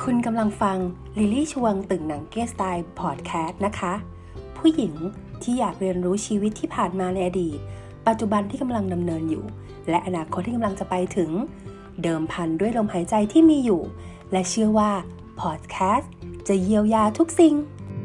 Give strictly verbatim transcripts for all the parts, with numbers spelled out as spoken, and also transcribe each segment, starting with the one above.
คุณกำลังฟังลิลลี่ชวงตึงหนังเก้สไตล์พอดแคสต์นะคะผู้หญิงที่อยากเรียนรู้ชีวิตที่ผ่านมาในอดีตปัจจุบันที่กำลังดำเนินอยู่และอนาคตที่กำลังจะไปถึงเดิมพันด้วยลมหายใจที่มีอยู่และเชื่อว่าพอดแคสต์จะเยียวยาทุกสิ่ง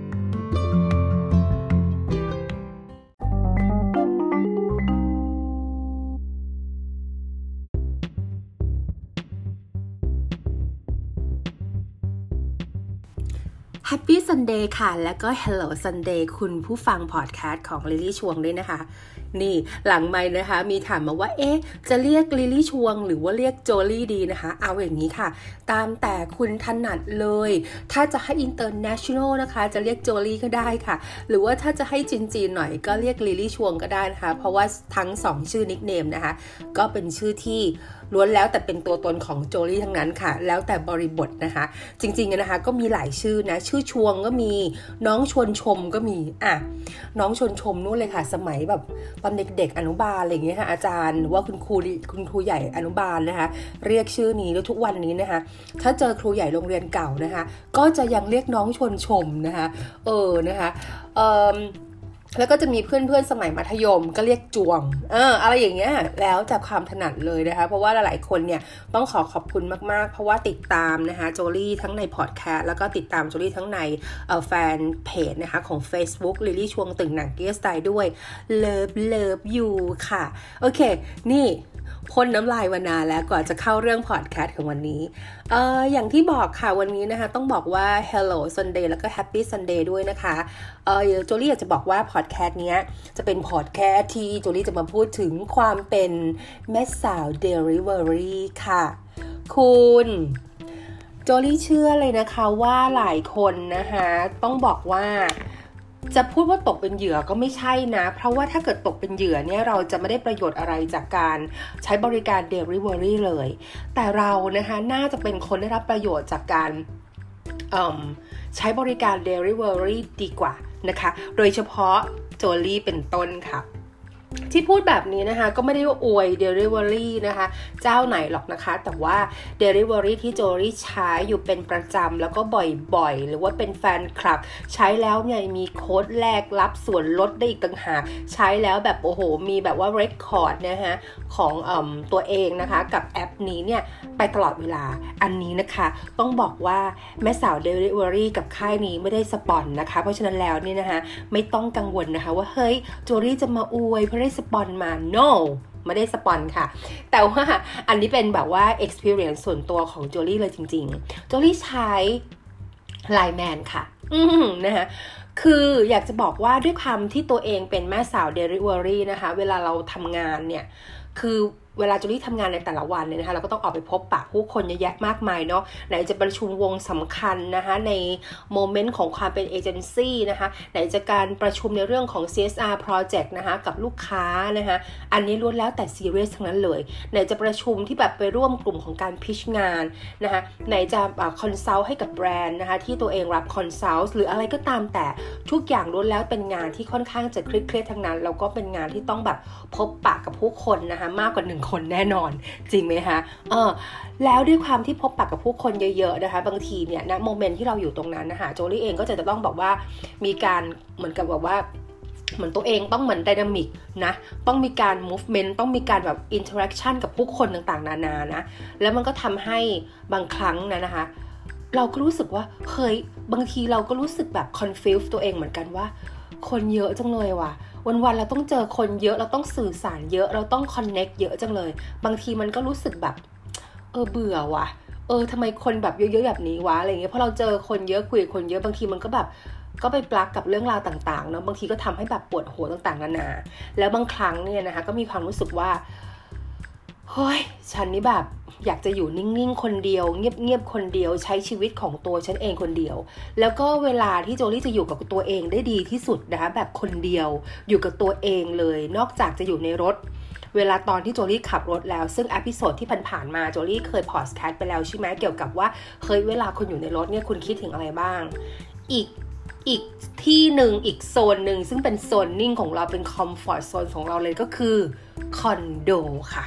Happy Sunday ค่ะแล้วก็ Hello Sunday คุณผู้ฟังพอดแคสต์ของลิลลี่ชวงด้วยนะคะนี่หลังไมค์นะคะมีถามมาว่าเอ๊ะจะเรียกลิลลี่ชวงหรือว่าเรียกโจลี่ดีนะคะเอาอย่างนี้ค่ะตามแต่คุณถนัดเลยถ้าจะให้ International นะคะจะเรียกโจลี่ก็ได้ค่ะหรือว่าถ้าจะให้จีนๆหน่อยก็เรียกลิลลี่ชวงก็ได้นะคะเพราะว่าทั้งสองชื่อนิคเนมนะคะก็เป็นชื่อที่ล้วนแล้วแต่เป็นตัวตนของโจลี่ทั้งนั้นค่ะแล้วแต่บริบทนะคะจริงๆนะคะก็มีหลายชื่อนะชื่อชวงก็มีน้องชวนชมก็มีอ่ะน้องชวนชมนู่นเลยค่ะสมัยแบบตอนเด็กๆอนุบาลอะไรอย่างเงี้ยค่ะอาจารย์หรือว่าคุณครูคุณครูใหญ่อนุบาลนะคะเรียกชื่อนี้แล้วทุกวันนี้นะคะถ้าเจอครูใหญ่โรงเรียนเก่านะคะก็จะยังเรียกน้องชวนชมนะคะเออนะคะเอ่อแล้วก็จะมีเพื่อนๆสมัยมัธยมก็เรียกจวงเอออะไรอย่างเงี้ยแล้วจากความถนัดเลยนะคะเพราะว่าหลายๆคนเนี่ยต้องขอขอบคุณมากๆเพราะว่าติดตามนะคะโจลี่ทั้งในพอดแคสต์แล้วก็ติดตามโจลี่ทั้งในเอ่อแฟนเพจนะคะของ Facebook ลิลลี่ชวงตึงหนังเกียร์สไตล์ด้วย Love Love You ค่ะโอเคนี่พ่นน้ำลายมานานแล้วก่อนจะเข้าเรื่องพอดแคสต์ของวันนี้เอ่ออย่างที่บอกค่ะวันนี้นะคะต้องบอกว่า Hello Sunday แล้วก็ Happy Sunday ด้วยนะคะเอ่อโจลี่อยากจะบอกว่าพอดแคสต์เนี้ยจะเป็นพอดแคสต์ที่โจลี่จะมาพูดถึงความเป็นแม่สาว Delivery ค่ะคุณโจลี่เชื่อเลยนะคะว่าหลายคนนะคะต้องบอกว่าจะพูดว่าตกเป็นเหยื่อก็ไม่ใช่นะเพราะว่าถ้าเกิดตกเป็นเหยื่อเนี่ยเราจะไม่ได้ประโยชน์อะไรจากการใช้บริการ Delivery เลยแต่เรานะคะน่าจะเป็นคนได้รับประโยชน์จากการใช้บริการ Delivery ดีกว่านะคะโดยเฉพาะโจลี่เป็นต้นค่ะที่พูดแบบนี้นะคะก็ไม่ได้ว่าอวย Delivery นะคะเจ้าไหนหรอกนะคะแต่ว่า Delivery ที่โจลี่ใช้อยู่เป็นประจำแล้วก็บ่อยๆหรือว่าเป็นแฟนคลับใช้แล้วเนี่ยมีโค้ดแลกรับส่วนลดได้อีกต่างหากใช้แล้วแบบโอ้โหมีแบบว่า record นะคะของเอ่อตัวเองนะคะกับแอปนี้เนี่ยไปตลอดเวลาอันนี้นะคะต้องบอกว่าแม่สาว Delivery กับค่ายนี้ไม่ได้สปอนนะคะเพราะฉะนั้นแล้วนี่นะคะไม่ต้องกังวลนะคะว่าเฮ้ยโจลี่จะมาอวยเพราะได้สปอนมา no ไม่ได้สปอนค่ะแต่ว่าอันนี้เป็นแบบว่า experience ส่วนตัวของโจลี่เลยจริงๆโจลี่ใช้ ไลน์ แมน ค่ะอืมนะคะคืออยากจะบอกว่าด้วยความที่ตัวเองเป็นแม่สาว Delivery นะคะเวลาเราทำงานเนี่ยคือเวลาโจลี่ทำงานในแต่ละวันเนี่ยนะคะเราก็ต้องออกไปพบปะผู้คนเยอะแยะมากมายเนาะไหนจะประชุมวงสำคัญนะคะในโมเมนต์ของความเป็นเอเจนซี่นะคะไหนจะการประชุมในเรื่องของ ซี เอส อาร์ project นะคะกับลูกค้านะคะอันนี้ล้วนแล้วแต่ซีเรียสทั้งนั้นเลยไหนจะประชุมที่แบบไปร่วมกลุ่มของการพิชงานนะคะไหนจะคอนซัลท์ให้กับแบรนด์นะคะที่ตัวเองรับคอนซัลท์หรืออะไรก็ตามแต่ทุกอย่างล้วนแล้วเป็นงานที่ค่อนข้างจะเครียดๆทั้งนั้นแล้วก็เป็นงานที่ต้องแบบพบปะกับผู้คนนะคะมากกว่าหนึ่งคนแน่นอนจริงไหมคะเออแล้วด้วยความที่พบปะกับผู้คนเยอะๆนะคะบางทีเนี่ยณโมเมนต์ที่เราอยู่ตรงนั้นนะคะโจลี่เองก็จะต้องบอกว่ามีการเหมือนกับแบบว่าเหมือนตัวเองต้องเหมือนไดนามิกนะต้องมีการ movement ต้องมีการแบบ interaction กับผู้คนต่างๆนานานะแล้วมันก็ทำให้บางครั้งนะนะคะเราก็รู้สึกว่าเฮ้ยบางทีเราก็รู้สึกแบบ confuse ตัวเองเหมือนกันว่าคนเยอะจังเลยว่ะวันๆเราต้องเจอคนเยอะเราต้องสื่อสารเยอะเราต้อง connect เยอะจังเลยบางทีมันก็รู้สึกแบบเออเบื่อว่ะเออทำไมคนแบบเยอะๆแบบนี้วะอะไรเงี้ยเพราะเราเจอคนเยอะคุยกับคนเยอะบางทีมันก็แบบก็ไปปลักกับเรื่องราวต่างๆเนาะบางทีก็ทำให้แบบปวดหัวต่างๆนานาแล้วบางครั้งเนี่ยนะคะก็มีความรู้สึกว่าเฮ้ยฉันนี่แบบอยากจะอยู่นิ่งๆคนเดียวเงียบๆคนเดียวใช้ชีวิตของตัวฉันเองคนเดียวแล้วก็เวลาที่โจลี่จะอยู่กับตัวเองได้ดีที่สุดนะคะแบบคนเดียวอยู่กับตัวเองเลยนอกจากจะอยู่ในรถเวลาตอนที่โจลี่ขับรถแล้วซึ่งอพิโซดที่ผ่านๆมาโจลี่เคยพอดแคสต์ไปแล้วใช่ไหมเกี่ยวกับว่าเคยเวลาคุณอยู่ในรถเนี่ยคุณคิดถึงอะไรบ้างอีกอีกที่หนึ่งอีกโซนหนึ่งซึ่งเป็นโซนนิ่งของเราเป็นคอมฟอร์ตโซนของเราเลยก็คือคอนโดค่ะ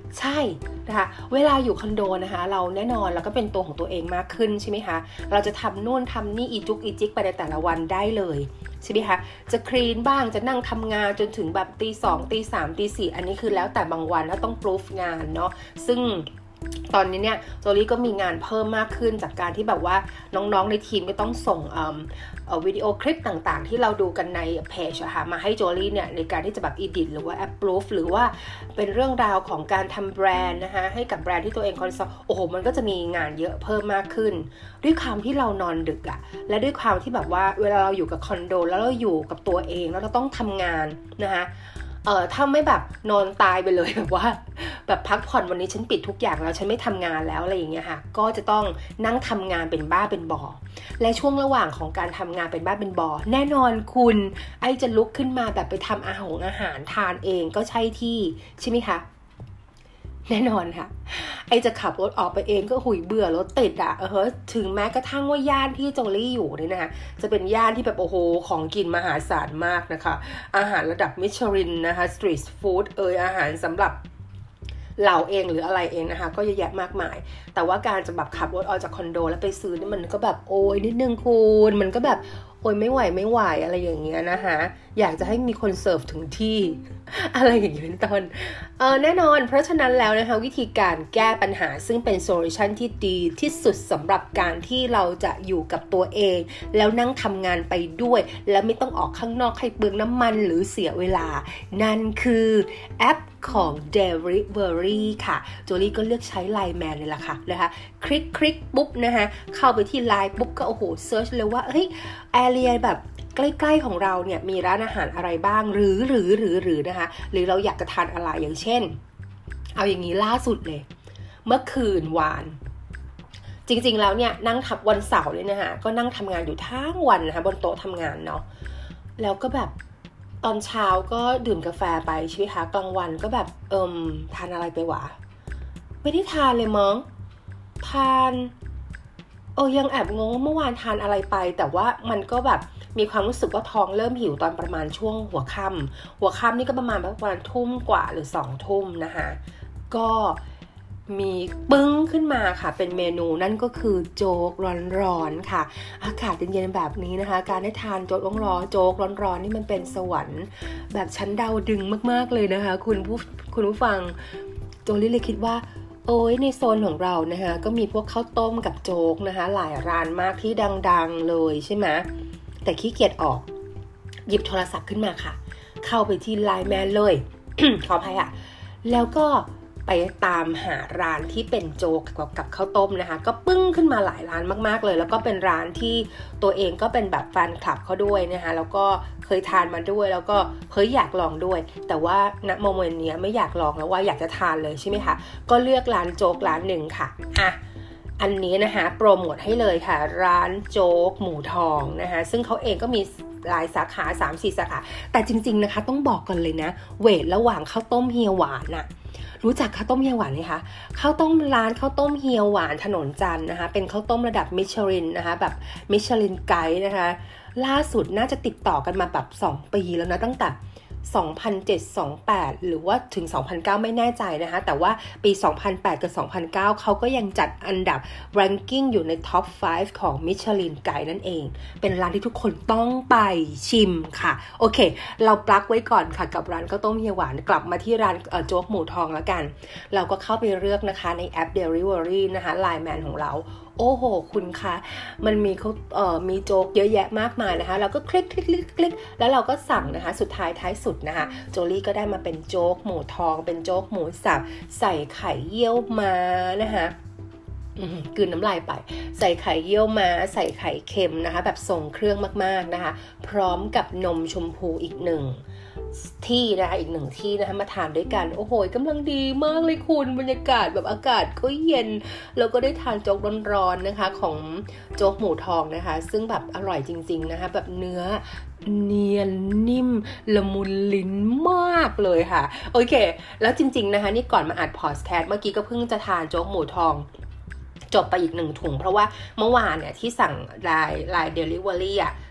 ใช่นะคะเวลาอยู่คอนโดนะคะเราแน่นอนเราก็เป็นตัวของตัวเองมากขึ้นใช่ไหมคะเราจะทำนู่นทำนี่อีจุกอีจิกไปในแต่ละวันได้เลยใช่ไหมคะจะคลีนบ้างจะนั่งทำงานจนถึงแบบตีสองตีสามตีสี่อันนี้คือแล้วแต่บางวันถ้าต้อง proof งานเนาะซึ่งตอนนี้เนี่ยโจลี่ก็มีงานเพิ่มมากขึ้นจากการที่แบบว่าน้องๆในทีมก็ต้องส่งวิดีโอคลิปต่างๆที่เราดูกันในเพจอะค่ะมาให้โจลี่เนี่ยในการที่จะแบบ edit หรือว่า approve หรือว่าเป็นเรื่องราวของการทำแบรนด์นะคะให้กับแบรนด์ที่ตัวเองคอนซัลท์โอ้โหมันก็จะมีงานเยอะเพิ่มมากขึ้นด้วยความที่เรานอนดึกอะและด้วยความที่แบบว่าเวลาเราอยู่กับคอนโดแล้วเราอยู่กับตัวเองแล้วเราต้องทำงานนะคะเอ่อถ้าไม่แบบนอนตายไปเลยแบบว่าแบบพักผ่อนวันนี้ฉันปิดทุกอย่างแล้วฉันไม่ทำงานแล้วอะไรอย่างเงี้ยค่ะก็จะต้องนั่งทำงานเป็นบ้าเป็นบอและช่วงระหว่างของการทำงานเป็นบ้าเป็นบอแน่นอนคุณไอจะลุกขึ้นมาแบบไปทำอาหารอาหารทานเองก็ใช่ที่ใช่ไหมคะแน่นอนค่ะไอจะขับรถออกไปเองก็หุยเบื่อรถติดอ่ะเออถึงแม้กระทั่งว่าย่านที่โจลี่อยู่นี่นะคะจะเป็นย่านที่แบบโอ้โหของกินมหาศาลมากนะคะอาหารระดับมิชลินนะคะสตรีทฟู้ดเอยอาหารสำหรับเราเองหรืออะไรเองนะคะก็เยอะแยะมากมายแต่ว่าการจะแบบขับรถออกจากคอนโดแล้วไปซื้อนี่มันก็แบบโอ้ยนิดนึงคุณมันก็แบบโอ้ยไม่ไหวไม่ไหวอะไรอย่างเงี้ยนะคะอยากจะให้มีคนเสิร์ฟถึงที่อะไรอย่างนี้เป็นต้นเออแน่นอนเพราะฉะนั้นแล้วนะคะวิธีการแก้ปัญหาซึ่งเป็นโซลูชันที่ดีที่สุดสำหรับการที่เราจะอยู่กับตัวเองแล้วนั่งทำงานไปด้วยแล้วไม่ต้องออกข้างนอกให้เปลืองน้ำมันหรือเสียเวลานั่นคือแอปของ Delivery ค่ะโจลี่ก็เลือกใช้ ไลน์ แมน เลยล่ะค่ะนะคะคลิกคลิกปุ๊บนะคะเข้าไปที่ ไลน์ ปุ๊บก็โอ้โหเซิร์ชเลยว่าเฮ้ยแอเรียแบบใกล้ๆของเราเนี่ยมีร้านอาหารอะไรบ้างหรือหรือหรือหรือนะคะหรือเราอยากจะทานอะไรอย่างเช่นเอาอย่างนี้ล่าสุดเลยเมื่อคืนวานจริงๆแล้วเนี่ยนั่งทับวันเสาร์เลยนะคะก็นั่งทำงานอยู่ทั้งวันนะคะบนโต๊ะทำงานเนาะแล้วก็แบบตอนเช้าก็ดื่มกาแฟไปใช่ไหมคะกลางวันก็แบบเอิมทานอะไรไปวะไม่ได้ทานเลยมั้งทานเออยังแอบงงเมื่อวานทานอะไรไปแต่ว่ามันก็แบบมีความรู้สึกว่าท้องเริ่มหิวตอนประมาณช่วงหัวค่ำหัวค่ำนี่ก็ประมาณประมาณทุ่มกว่าหรือสองทุ่มนะคะก็มีปึ้งขึ้นมาค่ะเป็นเมนูนั่นก็คือโจ๊กร้อนๆค่ะอากาศเย็นๆแบบนี้นะคะการได้ทานโจ๊กร้อนๆโจ๊กร้อนๆนี่มันเป็นสวรรค์แบบชั้นดาวดึงมากๆเลยนะคะคุณผู้คุณผู้ฟังโจลี่เลยคิดว่าโอ้ยในโซนของเรานะคะก็มีพวกข้าวต้มกับโจ๊กนะคะหลายร้านมากที่ดังๆเลยใช่ไหมแต่ขี้เกียจออกหยิบโทรศัพท์ขึ้นมาค่ะเข้าไปที่ ไลน์ แมน เลย ขออภัยอ่ะแล้วก็ไปตามหาร้านที่เป็นโจ๊กกับข้าวต้มนะคะก็ปึ้งขึ้นมาหลายร้านมากๆเลยแล้วก็เป็นร้านที่ตัวเองก็เป็นแบบแฟนคลับเขาด้วยนะคะแล้วก็เคยทานมาด้วยแล้วก็เฮ้ยอยากลองด้วยแต่ว่าณโมเมนต์นี้ไม่อยากลองแล้วว่าอยากจะทานเลยใช่ไหมคะก็เลือกร้านโจ๊กร้านหนึ่งค่ะอ่ะอันนี้นะคะโปรโมทให้เลยค่ะร้านโจ๊กหมูทองนะคะซึ่งเขาเองก็มีหลายสาขา สามสี่ สาขาแต่จริงๆนะคะต้องบอกกันเลยนะเวทระหว่างข้าวต้มเฮียหวานน่ะรู้จักข้าวต้มเฮียหวานไหมคะข้าวต้มร้านข้าวต้มเฮียหวานถนนจันทร์นะคะเป็นข้าวต้มระดับมิชลินนะคะแบบมิชลินไกด์นะคะล่าสุดน่าจะติดต่อกันมาแบบสองปีแล้วนะตั้งแต่สองพันเจ็ด สองพันแปดหรือว่าถึงสองพันเก้าไม่แน่ใจนะคะแต่ว่าปีสองพันแปดกับสองพันเก้าเขาก็ยังจัดอันดับ ranking อยู่ใน ท็อป ห้า ของ Michelin Guide นั่นเองเป็นร้านที่ทุกคนต้องไปชิมค่ะโอเคเราปลั๊กไว้ก่อนค่ะกับร้านข้าวต้มเฮียหวานกลับมาที่ร้านโจ๊กหมูทองแล้วกันเราก็เข้าไปเลือกนะคะในแอป Delivery นะคะ ไลน์ แมน ของเราโอ้โหคุณคะมันมีเขาเอ่อมีโจ๊กเยอะแยะมากมายนะคะเราก็คลิกคลิกคลิกคลิกแล้วเราก็สั่งนะคะสุดท้ายท้ายสุดนะคะโจลี่ก็ได้มาเป็นโจ๊กหมูทองเป็นโจ๊กหมูสับใส่ไข่เยี่ยวม้านะคะกลืนน้ำลายไปใส่ไข่เยี่ยวม้าใส่ไข่เค็มนะคะแบบส่งเครื่องมากๆนะคะพร้อมกับนมชมพูอีกหนึ่งที่นะคะอีกหนึ่งที่นะคะมาทานด้วยกันโอ้โหกำลังดีมากเลยคุณบรรยากาศแบบอากาศก็เย็นแล้วก็ได้ทานโจ๊กร้อนๆนะคะของโจ๊กหมูทองนะคะซึ่งแบบอร่อยจริงๆนะคะแบบเนื้อเนียนนิ่มละมุนลิ้นมากเลยค่ะโอเคแล้วจริงๆนะคะนี่ก่อนมาอัดพอดแคสต์เมื่อกี้ก็เพิ่งจะทานโจ๊กหมูทองจบไปอีกหนึ่งถุงเพราะว่าเมื่อวานเนี่ยที่สั่งไลน์ไลน์เดลิเวอรี่อ่ะ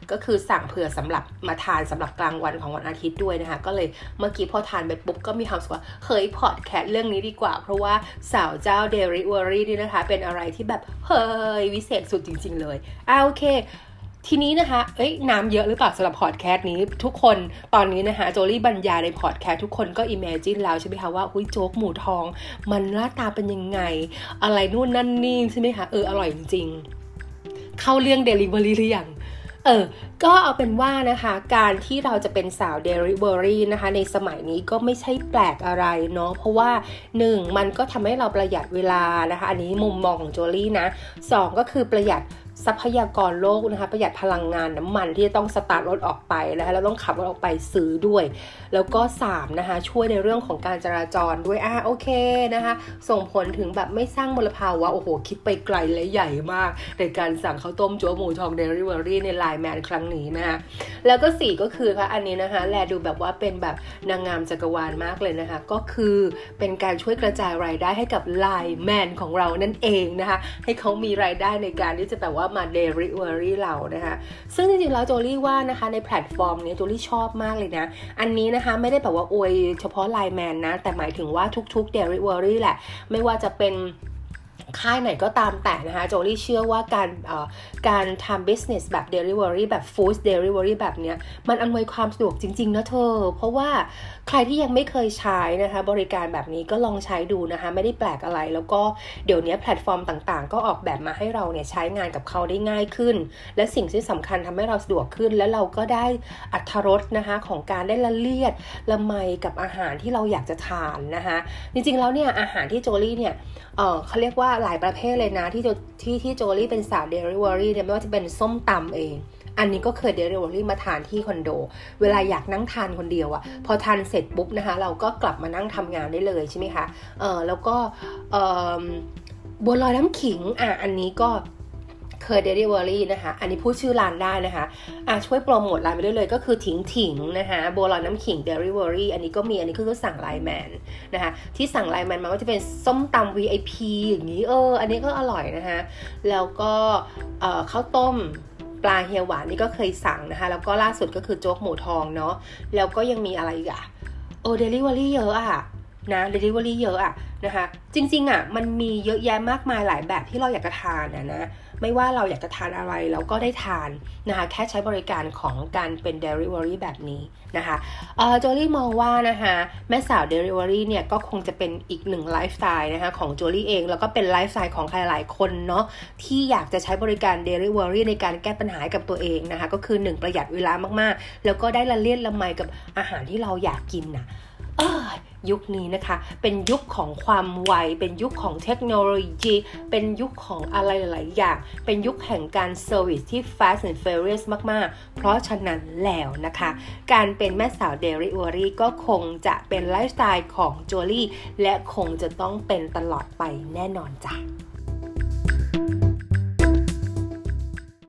ก็คือสั่งเผื่อสำหรับมาทานสำหรับกลางวันของวันอาทิตย์ด้วยนะคะก็เลยเมื่อกี้พอทานไปปุ๊บก็มีความรู้สึกว่าเฮ้ยพอดแคสต์เรื่องนี้ดีกว่าเพราะว่าสาวเจ้า Delivery นี่นะคะเป็นอะไรที่แบบเฮ้ยวิเศษสุดจริงๆเลยอ่ะโอเคทีนี้นะคะเอ้ยน้ำเยอะหรือเปล่าสำหรับพอดแคสต์นี้ทุกคนตอนนี้นะคะโจลี่บรรยายในพอดแคสต์ทุกคนก็อิมเมจินแล้วใช่ไหมคะว่าหุ้ยโจ๊กหมูทองมันหน้าตาเป็นยังไงอะไรนู่นนั่นนี่ใช่ไหมคะเอออร่อยจริงๆเข้าเรื่อง Delivery หรือยังเออก็เอาเป็นว่านะคะการที่เราจะเป็นสาว Delivery นะคะในสมัยนี้ก็ไม่ใช่แปลกอะไรเนาะเพราะว่าหนึ่งมันก็ทำให้เราประหยัดเวลานะคะอันนี้มุมมองของโจลี่นะสองก็คือประหยัดทรัพยากรโลกนะคะประหยัดพลังงานน้ำมันที่จะต้องสตาร์ทรถออกไปนะคะแล้วต้องขับรถออกไปซื้อด้วยแล้วก็สามนะคะช่วยในเรื่องของการจราจรด้วยอ่ะโอเคนะคะส่งผลถึงแบบไม่สร้างมลภาวะโอ้โหคิดไปไกลและใหญ่มากในการสั่งข้าวต้มโจ๊กหมูทอง Delivery ใน ไลน์ แมน ครั้งนี้นะคะแล้วก็สี่ก็คือค่ะอันนี้นะคะแลดูแบบว่าเป็นแบบนางงามจักรวาลมากเลยนะคะก็คือเป็นการช่วยกระจายรายได้ให้กับ ไลน์ แมน ของเรานั่นเองนะคะให้เขามีรายได้ในการที่จะแบบว่ามา Delivery เรานะคะซึ่งจริงๆแล้วโจลี่ว่านะคะในแพลตฟอร์มนี้โจลี่ชอบมากเลยนะอันนี้นะคะไม่ได้แบบว่าอวยเฉพาะ ไลน์ แมน นะแต่หมายถึงว่าทุกๆ Delivery แหละไม่ว่าจะเป็นค่ายไหนก็ตามแต่นะคะโจลี่เชื่อว่าการเอ่อการทำ business แบบ delivery แบบ food delivery แบบเนี้ยมันอำนวยความสะดวกจริงๆนะเธอเพราะว่าใครที่ยังไม่เคยใช้นะคะบริการแบบนี้ก็ลองใช้ดูนะคะไม่ได้แปลกอะไรแล้วก็เดี๋ยวนี้แพลตฟอร์มต่างๆก็ออกแบบมาให้เราเนี่ยใช้งานกับเขาได้ง่ายขึ้นและสิ่งที่สำคัญทำให้เราสะดวกขึ้นและเราก็ได้อรรถรสนะคะของการได้ละเลียดละไมกับอาหารที่เราอยากจะทานนะคะจริงๆแล้วเนี่ยอาหารที่โจลี่เนี่ยเอ่อเขาเรียกว่าหลายประเภทเลยนะที่ที่ที่โจลี่เป็นสาว Delivery เนี่ยไม่ว่าจะเป็นส้มตำเองอันนี้ก็เคย Delivery มาทานที่คอนโดเวลาอยากนั่งทานคนเดียวอะพอทานเสร็จปุ๊บนะคะเราก็กลับมานั่งทำงานได้เลยใช่ไหมคะเออแล้วก็เอ่อบัวลอยน้ำขิงอ่ะอันนี้ก็เคย Delivery นะคะอันนี้พูดชื่อร้านได้นะคะอ่ะช่วยโปรโมทร้านไปด้วยเลยก็คือถิงถิงนะคะบัวลอยน้ำขิง Delivery อันนี้ก็มีอันนี้คือสั่ง ไลน์ แมน นะคะที่สั่ง ไลน์ แมน มาก็จะเป็นส้มตำ วี ไอ พี อย่างนี้เอออันนี้ก็อร่อยนะคะแล้วก็เอ่อข้าวต้มปลาเฮียหวานนี่ก็เคยสั่งนะคะแล้วก็ล่าสุดก็คือโจ๊กหมูทองเนาะแล้วก็ยังมีอะไรอีกอ่ะโอ้ Delivery เยอะอ่ะนะ Delivery เยอะอ่ะนะคะจริงๆอ่ะมันมีเยอะแยะมากมายหลายแบบที่เราอยากจะทานนะนะไม่ว่าเราอยากจะทานอะไรเราก็ได้ทานนะคะแค่ใช้บริการของการเป็น Delivery แบบนี้นะคะเอ่อโจลี่มองว่านะคะแม่สาว Delivery เนี่ยก็คงจะเป็นอีกหนึ่งไลฟ์สไตล์นะคะของโจลี่เองแล้วก็เป็นไลฟ์สไตล์ของใครหลายคนเนาะที่อยากจะใช้บริการ Delivery ในการแก้ปัญหากับตัวเองนะคะก็คือหนึ่งประหยัดเวลามากๆแล้วก็ได้ละเลียดละไมกับอาหารที่เราอยากกินนะเออยุคนี้นะคะเป็นยุคของความไวเป็นยุคของเทคโนโลยีเป็นยุคของอะไรหลายๆอย่างเป็นยุคแห่งการเซอร์วิสที่ fast and furious มากๆเพราะฉะนั้นแล้วนะคะการเป็นแม่สาว Delivery ก็คงจะเป็นไลฟ์สไตล์ของโจลี่และคงจะต้องเป็นตลอดไปแน่นอนจ้ะ